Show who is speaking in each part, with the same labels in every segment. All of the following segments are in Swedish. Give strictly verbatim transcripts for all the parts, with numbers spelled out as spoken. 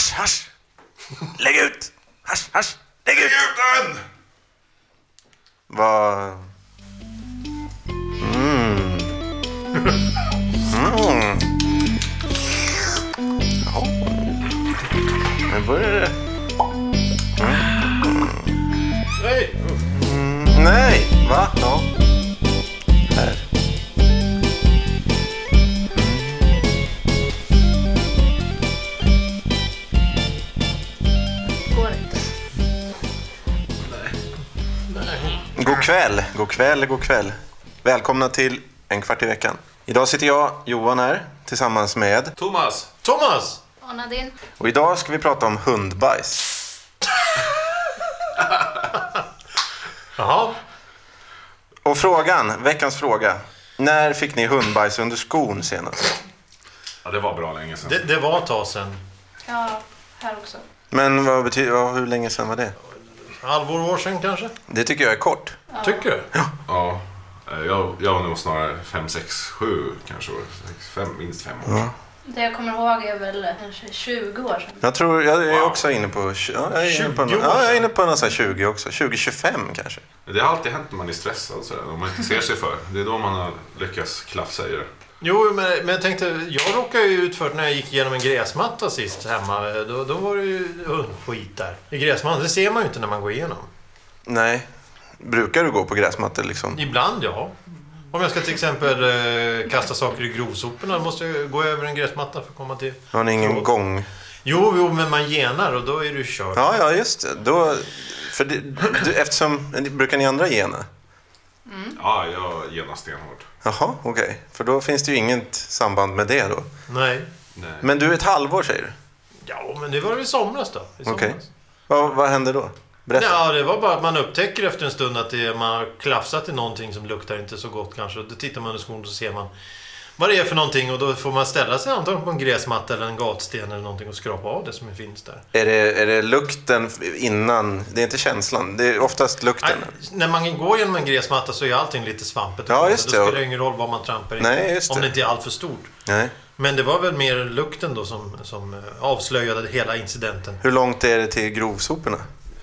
Speaker 1: Hasch, hasch! Lägg ut! Hasch, hasch! Lägg ut!
Speaker 2: Lägg ut den!
Speaker 1: Vad... Mm. Mm. Ja. Nu börjar det... Mm.
Speaker 2: Nej!
Speaker 1: Mm. Nej! Va? Ja. Här. God kväll, god kväll, god kväll. Välkomna till En kvart i veckan. Idag sitter jag, Johan, här tillsammans med
Speaker 2: Thomas!
Speaker 3: Thomas!
Speaker 4: Och Nadine.
Speaker 1: Och idag ska vi prata om hundbajs.
Speaker 3: Jaha.
Speaker 1: Och frågan, veckans fråga. När fick ni hundbajs under skon senast?
Speaker 2: Ja, det var bra länge sedan.
Speaker 3: Det, det var ett tag sedan.
Speaker 4: Ja, här också.
Speaker 1: Men vad betyder, vad, hur länge sedan var det?
Speaker 3: Halvår, år sedan kanske?
Speaker 1: Det tycker jag är kort.
Speaker 4: Ja.
Speaker 3: Tycker du?
Speaker 2: Ja, jag, jag var nog snarare fem, sex, sju kanske. Fem, minst fem år.
Speaker 1: Ja.
Speaker 4: Det jag kommer ihåg är väl kanske tjugo år sedan.
Speaker 1: Jag tror, jag är
Speaker 2: Wow.
Speaker 1: också inne på, ja, jag är inne på,
Speaker 3: tjugo år
Speaker 1: ja, jag är
Speaker 3: sedan.
Speaker 1: inne på någon sån här tjugo också. tjugo tjugofem kanske.
Speaker 2: Det har alltid hänt när man är stressad och sådär. Om man inte ser sig för. Det är då man har lyckats klafsa i det.
Speaker 3: Jo, men, men jag tänkte, jag råkade ju ut för när jag gick igenom en gräsmatta sist hemma. Då, då var det ju hundskit där. I gräsmattan, det ser man ju inte när man går igenom.
Speaker 1: Nej. Brukar du gå på gräsmattor liksom?
Speaker 3: Ibland, ja. Om jag ska till exempel eh, kasta saker i grovsoporna måste jag gå över en gräsmatta för att komma till...
Speaker 1: Har ni ingen
Speaker 3: Förlåt.
Speaker 1: gång?
Speaker 3: Jo, jo, men man genar och då är du kört.
Speaker 1: Ja, ja, just det. Då, för det, du, eftersom, brukar ni andra gena?
Speaker 2: Ja, jag genar stenhårt.
Speaker 1: Jaha, okej. Okay. För då finns det ju inget samband med det då.
Speaker 3: Nej.
Speaker 2: Nej.
Speaker 1: Men du är ett halvår, säger du?
Speaker 3: Ja, men det var väl i somras då. I somras.
Speaker 1: Okej. Vad, vad hände då? Berätta.
Speaker 3: Ja, det var bara att man upptäcker efter en stund att det, man har klafsat i någonting som luktar inte så gott kanske. Då tittar man under skon och så ser man vad det är för någonting och då får man ställa sig antagligen på en gräsmatta eller en gatsten eller någonting och skrapa av det som finns där.
Speaker 1: Är det, är det lukten innan? Det är inte känslan, det är oftast lukten.
Speaker 3: Nej, när man går genom en gräsmatta så är allting lite svampigt.
Speaker 1: Ja, just
Speaker 3: då
Speaker 1: det.
Speaker 3: spelar det ingen roll vad man trampar i.
Speaker 1: Nej, just det.
Speaker 3: Om det inte är allt för stort.
Speaker 1: Nej.
Speaker 3: Men det var väl mer lukten då som, som avslöjade hela incidenten.
Speaker 1: Hur långt är det till grovsoporna?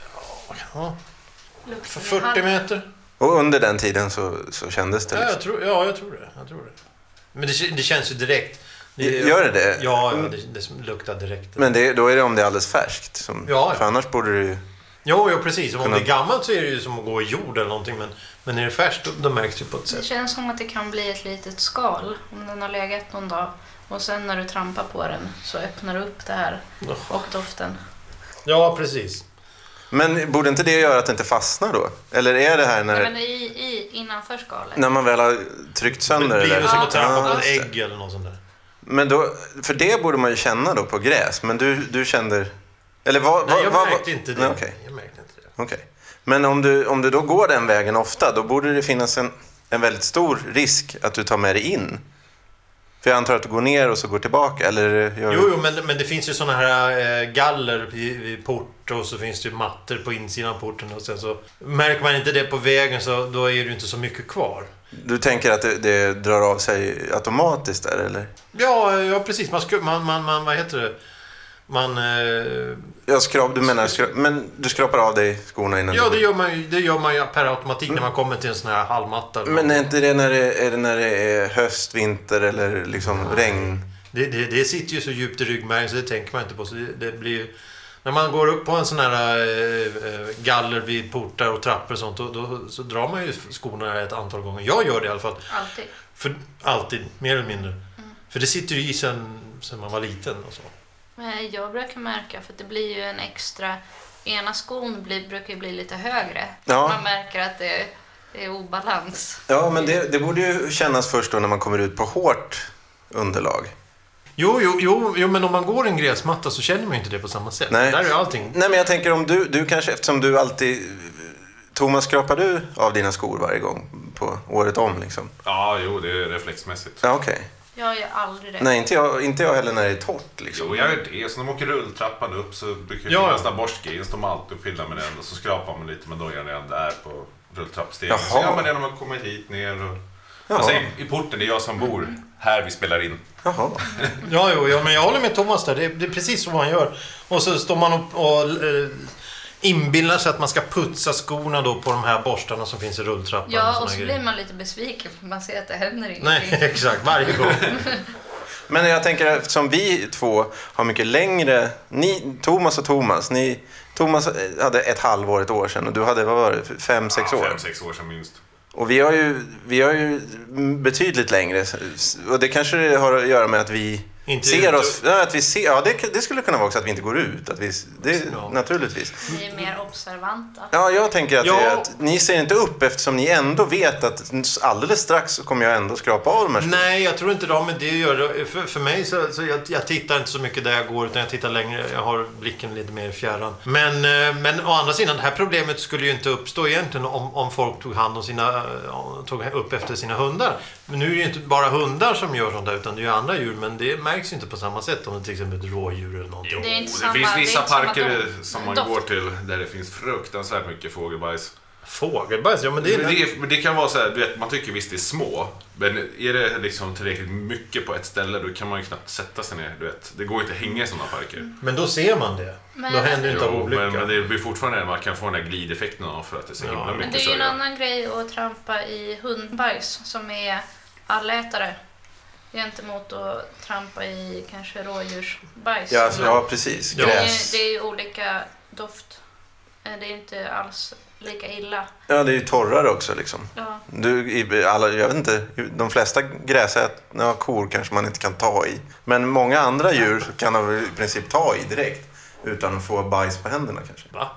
Speaker 3: Ja,
Speaker 4: Luktar
Speaker 3: för
Speaker 4: i
Speaker 3: fyrtio
Speaker 4: hallen.
Speaker 3: meter.
Speaker 1: Och under den tiden så, så kändes det
Speaker 3: Ja,
Speaker 1: liksom.
Speaker 3: jag tror, ja, jag tror det. Jag tror det. Men det, det känns ju direkt.
Speaker 1: Gör det det?
Speaker 3: Ja, ja det, det luktar direkt.
Speaker 1: Men det, då är det om det är alldeles färskt. Som,
Speaker 3: Ja, ja.
Speaker 1: För annars borde det ju...
Speaker 3: Jo, jo, precis. Om
Speaker 1: Kunna-
Speaker 3: det är gammalt så är det ju som att gå i jord eller någonting. Men, men när det är färskt, då, då märks det på ett
Speaker 4: Det
Speaker 3: sätt.
Speaker 4: känns som att det kan bli ett litet skal om den har legat någon dag. Och sen när du trampar på den så öppnar du upp det här och doften.
Speaker 3: Ja, precis.
Speaker 1: Men borde inte det göra att det inte fastnar då? Eller är det här när,
Speaker 4: Nej, men i, i, innanför skalet.
Speaker 1: när man väl har tryckt
Speaker 3: Det
Speaker 1: sönder
Speaker 3: blir
Speaker 1: det?
Speaker 3: väl som
Speaker 4: Ja,
Speaker 3: att trampa på
Speaker 1: ja,
Speaker 3: ett
Speaker 1: just
Speaker 3: ägg eller något sånt där.
Speaker 1: Men då, för det borde man ju känna då på gräs. Men du, du kände... Eller vad...
Speaker 3: Nej,
Speaker 1: vad,
Speaker 3: jag
Speaker 1: vad,
Speaker 3: märkte inte det.
Speaker 1: Nej, okej.
Speaker 3: Jag märkte inte det.
Speaker 1: Okej. Men om du, om du då går den vägen ofta, då borde det finnas en, en väldigt stor risk att du tar med dig in. För jag antar att du går ner och så går tillbaka, eller gör
Speaker 3: Jo,
Speaker 1: du...
Speaker 3: jo men, men det finns ju såna här äh, galler vid, vid port och så finns det ju mattor på insidan av porten och sen så märker man inte det på vägen så då är det ju inte så mycket kvar.
Speaker 1: Du tänker att det, det drar av sig automatiskt där, eller?
Speaker 3: Ja, ja precis. Man, sku, man, man, man, vad heter det? Man... Eh,
Speaker 1: Jag skrap, du menar, skrap, men du skrapar av dig skorna innan
Speaker 3: ja,
Speaker 1: du
Speaker 3: det
Speaker 1: går.
Speaker 3: gör man ju, det gör man ju per automatik när man kommer till en sån här halvmatta. eller
Speaker 1: Men
Speaker 3: något.
Speaker 1: är inte det när det är, det när det är höst, vinter eller liksom regn?
Speaker 3: Det, det, det sitter ju så djupt i ryggmärgen så det tänker man inte på. Så det, det blir ju, när man går upp på en sån här äh, galler vid portar och trappor och sånt då, då så drar man ju skorna ett antal gånger. Jag gör det i alla fall.
Speaker 4: Alltid.
Speaker 3: För, alltid, mer eller mindre. Mm. För det sitter ju i sen, sen man var liten och så.
Speaker 4: Men jag brukar märka, för det blir ju en extra... Ena skon blir, brukar ju bli lite högre.
Speaker 1: Ja.
Speaker 4: Man märker att det, det är obalans.
Speaker 1: Ja, men det, det borde ju kännas först då när man kommer ut på hårt underlag.
Speaker 3: Jo, jo, jo, jo, men om man går en gräsmatta så känner man ju inte det på samma sätt.
Speaker 1: Nej.
Speaker 3: Där är ju allting.
Speaker 1: Nej, men jag tänker om du, du kanske, eftersom du alltid... Thomas, skrapar du av dina skor varje gång på året om liksom?
Speaker 2: Ja, jo, det är reflexmässigt.
Speaker 1: Ja, okej.
Speaker 4: Jag gör aldrig det.
Speaker 1: Nej, inte jag, inte jag heller när det är torrt liksom.
Speaker 2: Jo, jag gör det. Så när man åker rulltrappan upp så brukar det
Speaker 3: Ja.
Speaker 2: finnas där borstgrejen. Så de alltid och pillar med den och så skrapar man lite med dojan redan där på rulltrappstegen. Så
Speaker 1: Jaha.
Speaker 2: gör man det när man kommer hit ner och Alltså i, i porten, det är jag som bor här vi spelar in.
Speaker 1: Jaha.
Speaker 3: Ja, jo, ja, men jag håller med Thomas där. Det är, det är precis så man gör. Och så står man och, och eh, inbillar sig att man ska putsa skorna då på de här borstarna som finns i rulltrappan.
Speaker 4: Ja, och så blir man lite besviken för man ser att det händer ingenting.
Speaker 3: Nej, exakt. Varje gång.
Speaker 1: Men jag tänker eftersom vi två har mycket längre... Ni, Thomas och Thomas, ni... Thomas hade ett halvår, ett år sedan och du hade, vad var det, fem, sex
Speaker 2: ja,
Speaker 1: år?
Speaker 2: Fem, sex år sedan minst.
Speaker 1: Och vi har ju, vi har ju betydligt längre. Och det kanske har att göra med att vi
Speaker 3: Inte
Speaker 1: ser
Speaker 3: ut.
Speaker 1: oss... Ja, att vi ser, ja det, det skulle kunna vara också att vi inte går ut. Att vi, det,
Speaker 3: Ja.
Speaker 1: Naturligtvis.
Speaker 4: Ni är mer observanta.
Speaker 1: Ja, jag tänker att,
Speaker 3: Ja.
Speaker 1: det är att ni ser inte upp eftersom ni ändå vet att alldeles strax så kommer jag ändå skrapa av de här skorna.
Speaker 3: Nej, jag tror inte det har med det att göra. För, för mig så, så jag, jag tittar inte så mycket där jag går utan jag tittar längre. Jag har blicken lite mer i fjärran. Men, eh, men å andra sidan, det här problemet skulle ju inte uppstå egentligen om, om folk tog hand om sina, tog upp efter sina hundar. Men nu är det ju inte bara hundar som gör sånt där utan det är ju andra djur. Men det märks ju inte på samma sätt om det till exempel är ett rådjur eller någonting.
Speaker 4: Det är inte
Speaker 2: det
Speaker 4: samma-
Speaker 2: finns
Speaker 4: det är
Speaker 2: vissa
Speaker 4: inte samma
Speaker 2: parker
Speaker 4: doft.
Speaker 2: som man
Speaker 4: Doft.
Speaker 2: går till där det finns fruktansvärt mycket fågelbajs.
Speaker 3: Fågelbajs, ja men det är...
Speaker 2: Men det, är, men det kan vara så här, du vet, man tycker visst det är små. Men är det liksom tillräckligt mycket på ett ställe då kan man ju knappt sätta sig ner. Du vet. Det går inte att hänga i sådana parker.
Speaker 3: Men då ser man det.
Speaker 4: Men-
Speaker 3: då händer det inte av
Speaker 2: Jo,
Speaker 3: olycka.
Speaker 2: men, men det blir fortfarande man kan få den här glideffekten av för att det är så
Speaker 3: Ja.
Speaker 2: himla
Speaker 3: Men
Speaker 2: mycket
Speaker 4: Men det är ju en
Speaker 2: sörja.
Speaker 4: annan grej att trampa i hundbajs som är allätare gentemot att trampa i kanske rådjursbajs.
Speaker 1: Ja, alltså, ja precis.
Speaker 3: Ja.
Speaker 4: det, är,
Speaker 1: Gräs.
Speaker 4: det är ju olika doft. Eh, Det är inte alls lika illa.
Speaker 1: Ja, det är ju torrare också liksom.
Speaker 4: Ja.
Speaker 1: Du, i alla, jag vet inte, de flesta gräsät, ja, kor kanske man inte kan ta i. Men många andra djur kan man väl i princip ta i direkt utan att få bajs på händerna kanske.
Speaker 3: Va?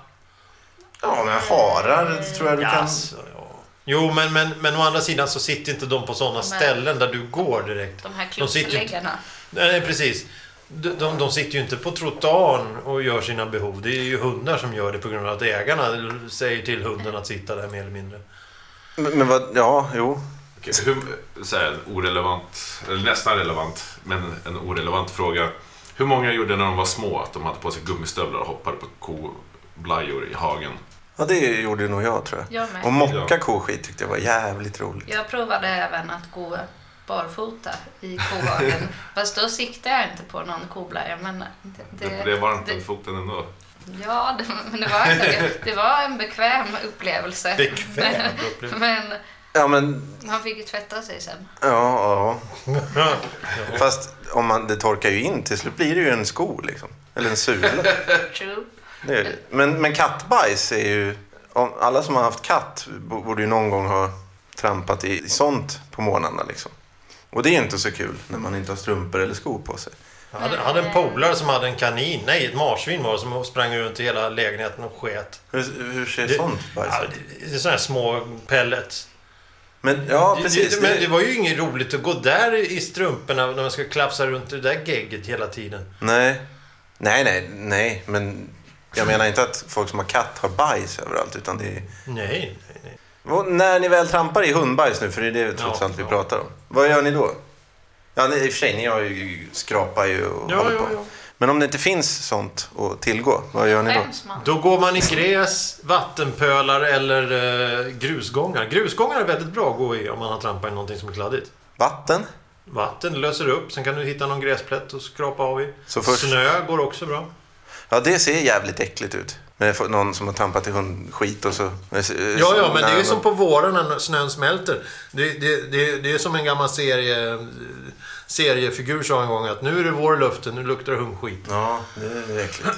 Speaker 1: Ja, men harar tror jag du kan...
Speaker 3: Yes, ja. Jo, men, men, men å andra sidan så sitter inte de på sådana
Speaker 4: De här-
Speaker 3: ställen där du går direkt.
Speaker 4: De här
Speaker 3: De sitter ju inte-
Speaker 4: klubbläggarna.
Speaker 3: Nej, precis. De, de, de sitter ju inte på trottoaren och gör sina behov. Det är ju hundar som gör det på grund av att ägarna säger till hunden att sitta där mer eller mindre.
Speaker 1: Men, men vad, ja, jo.
Speaker 2: Okej, hur, så här, orelevant, eller nästan relevant, men en orelevant fråga. Hur många gjorde när de var små att de hade på sig gummistövlar och hoppade på koblajor i hagen?
Speaker 1: Ja, det gjorde nog jag tror jag.
Speaker 4: Jag med.
Speaker 1: Och mocka koskit tyckte jag var jävligt roligt.
Speaker 4: Jag provade även att gå barfota i kohagen. Fast då siktade jag inte på någon koblaja. Men det,
Speaker 2: Det,
Speaker 4: det,
Speaker 2: det var inte
Speaker 4: det-
Speaker 2: foten ändå.
Speaker 4: Ja, det, men det var, det var en bekväm upplevelse.
Speaker 3: Bekväm
Speaker 4: Men,
Speaker 3: upplevelse.
Speaker 4: men
Speaker 1: Ja, men...
Speaker 4: man fick ju tvätta sig sen.
Speaker 1: Ja, ja. Fast om man, det torkar ju in, till slut blir det ju en sko liksom. Eller en sula.
Speaker 4: True.
Speaker 1: Det är det. Men, men kattbajs är ju... Om, alla som har haft katt b- borde ju någon gång ha trampat i, i sånt på morgnarna liksom. Och det är inte så kul när man inte har strumpor eller skor på sig.
Speaker 3: Jag hade, hade en polare som hade en kanin, nej ett marsvin var det, som sprang runt i hela lägenheten och sket.
Speaker 1: Hur, hur ser
Speaker 3: Det-
Speaker 1: sånt bajs
Speaker 3: Ja,
Speaker 1: ut?
Speaker 3: det, det är sådana här små pellets.
Speaker 1: Men ja,
Speaker 3: Det-
Speaker 1: precis.
Speaker 3: Det, men det var ju inget roligt att gå där i strumporna när man ska klapsa runt det där gegget hela tiden.
Speaker 1: Nej. Nej, nej, nej. Men jag menar inte att folk som har katt har bajs överallt, utan det är...
Speaker 3: Nej, nej, nej.
Speaker 1: Och när ni väl trampar i hundbajs nu, för det är det trots
Speaker 3: Ja,
Speaker 1: allt vi
Speaker 3: ja.
Speaker 1: pratar om. Vad gör ni då? Ja, ni, i och för sig, ni har ju skrapar ju och
Speaker 3: Ja,
Speaker 1: håller
Speaker 3: ja,
Speaker 1: på.
Speaker 3: ja.
Speaker 1: Men om det inte finns sånt att tillgå, vad gör ni då?
Speaker 4: Skäms man?
Speaker 3: Då går man i gräs, vattenpölar eller eh, grusgångar. Grusgångar är väldigt bra att gå i om man har trampat i någonting som är kladdigt.
Speaker 1: Vatten?
Speaker 3: Vatten löser upp, sen kan du hitta någon gräsplätt och skrapa av i.
Speaker 1: Så först-
Speaker 3: Snö går också bra.
Speaker 1: Ja, det ser jävligt äckligt ut. Men någon som har trampat i hundskit och så...
Speaker 3: Ja, ja, men det är ju som på våren när snön smälter. Det, det, det, det är som en gammal serie, seriefigur sa en gång att nu är det vår luften, nu luktar det hundskit.
Speaker 1: Ja, det är äckligt.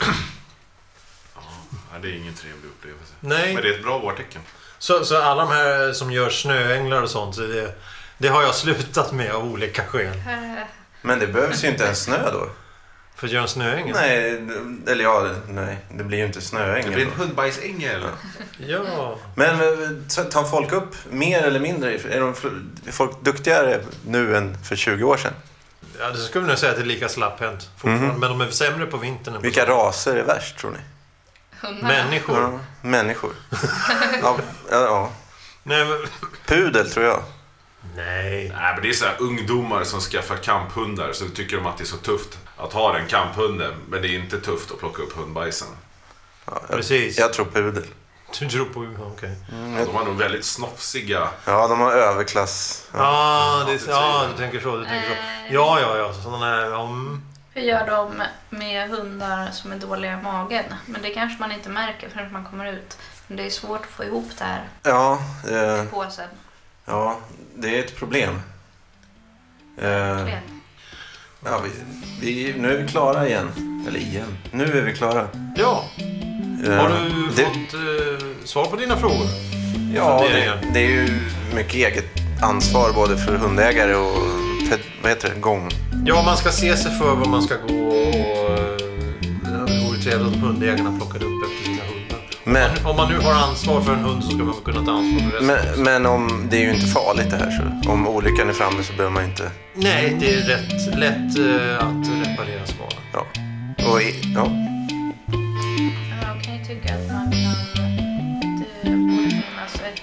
Speaker 2: Ja, det är ingen trevlig upplevelse.
Speaker 3: Nej.
Speaker 2: Men det är ett bra vårtecken.
Speaker 3: Så, så alla de här som gör snöänglar och sånt, så det, det har jag slutat med av olika skäl.
Speaker 4: Eh,
Speaker 1: Men det behövs ju inte en snö då.
Speaker 3: För att göra en snöängel?
Speaker 1: Nej, eller ja, nej. Det blir ju inte
Speaker 2: Det
Speaker 1: snöängel
Speaker 2: blir
Speaker 1: då.
Speaker 2: en hundbajsänge eller?
Speaker 3: Ja.
Speaker 1: Men eh, tar folk upp mer eller mindre? Är, de, är folk duktigare nu än för tjugo år sedan?
Speaker 3: Ja, det skulle jag nog säga att det är lika slapphänt fortfarande.
Speaker 1: Mhm.
Speaker 3: Men de är sämre på vintern än på
Speaker 1: Vilka
Speaker 3: sommaren.
Speaker 1: raser är värst tror ni?
Speaker 4: hundarna.
Speaker 3: Människor.
Speaker 1: Ja, människor. Ja, ja, ja.
Speaker 3: Nej, men...
Speaker 1: Pudel tror jag.
Speaker 3: Nej.
Speaker 2: Nej, men det är så här ungdomar som skaffar kamphundar så tycker de att det är så tufft att ha den kamphunden. Men det är inte tufft att plocka upp hundbajsen.
Speaker 1: Ja, jag,
Speaker 3: Precis.
Speaker 1: jag tror pudel.
Speaker 3: Du tror på... Okej. Okay.
Speaker 2: Ja, de var nog väldigt snofsiga.
Speaker 1: Ja, de har överklass. Ja,
Speaker 3: Ah, det, ja, du tänker så. Du tänker så.
Speaker 4: Eh.
Speaker 3: Ja, ja, ja. Sådana här... Um...
Speaker 4: Hur gör de med hundar som är dåliga i magen? Men det kanske man inte märker förrän man kommer ut. Men det är svårt att få ihop det här
Speaker 1: ja, eh,
Speaker 4: i påsen.
Speaker 1: ja, det är ett problem. Eh,
Speaker 4: Verkligen.
Speaker 1: ja, vi, vi, nu är vi klara igen. Eller igen. Nu är vi klara.
Speaker 3: Ja.
Speaker 1: Eh,
Speaker 3: Har du
Speaker 1: det,
Speaker 3: fått eh, svar på dina frågor?
Speaker 1: Ja,
Speaker 3: funderingar?
Speaker 1: det, det är ju mycket eget ansvar både för hundägare och ped, vad heter det, gång.
Speaker 3: Ja, man ska se sig för var man ska gå och eh, det vore trevligt om hundägarna plockade upp efter sina hundar.
Speaker 1: Men,
Speaker 3: Om man, om man nu har ansvar för en hund så ska man väl kunna ta ansvar för resten.
Speaker 1: men, men om, det är ju inte farligt det här. Så om olyckan är framme så behöver man inte...
Speaker 3: Nej, det är rätt lätt eh, att reparera skadan.
Speaker 1: Ja. Och, i- ja.
Speaker 4: Jag kan ju tycka att man kan... Det borde finnas ett...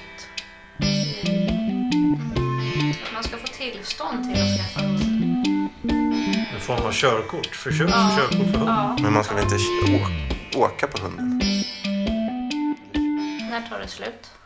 Speaker 4: Mm, att man ska få tillstånd till att skaffa hund.
Speaker 3: En form av körkort. Försök
Speaker 4: Ja.
Speaker 3: körkort för hund.
Speaker 4: Ja.
Speaker 1: Men man ska väl inte å- åka på hunden?
Speaker 4: När tar det slut?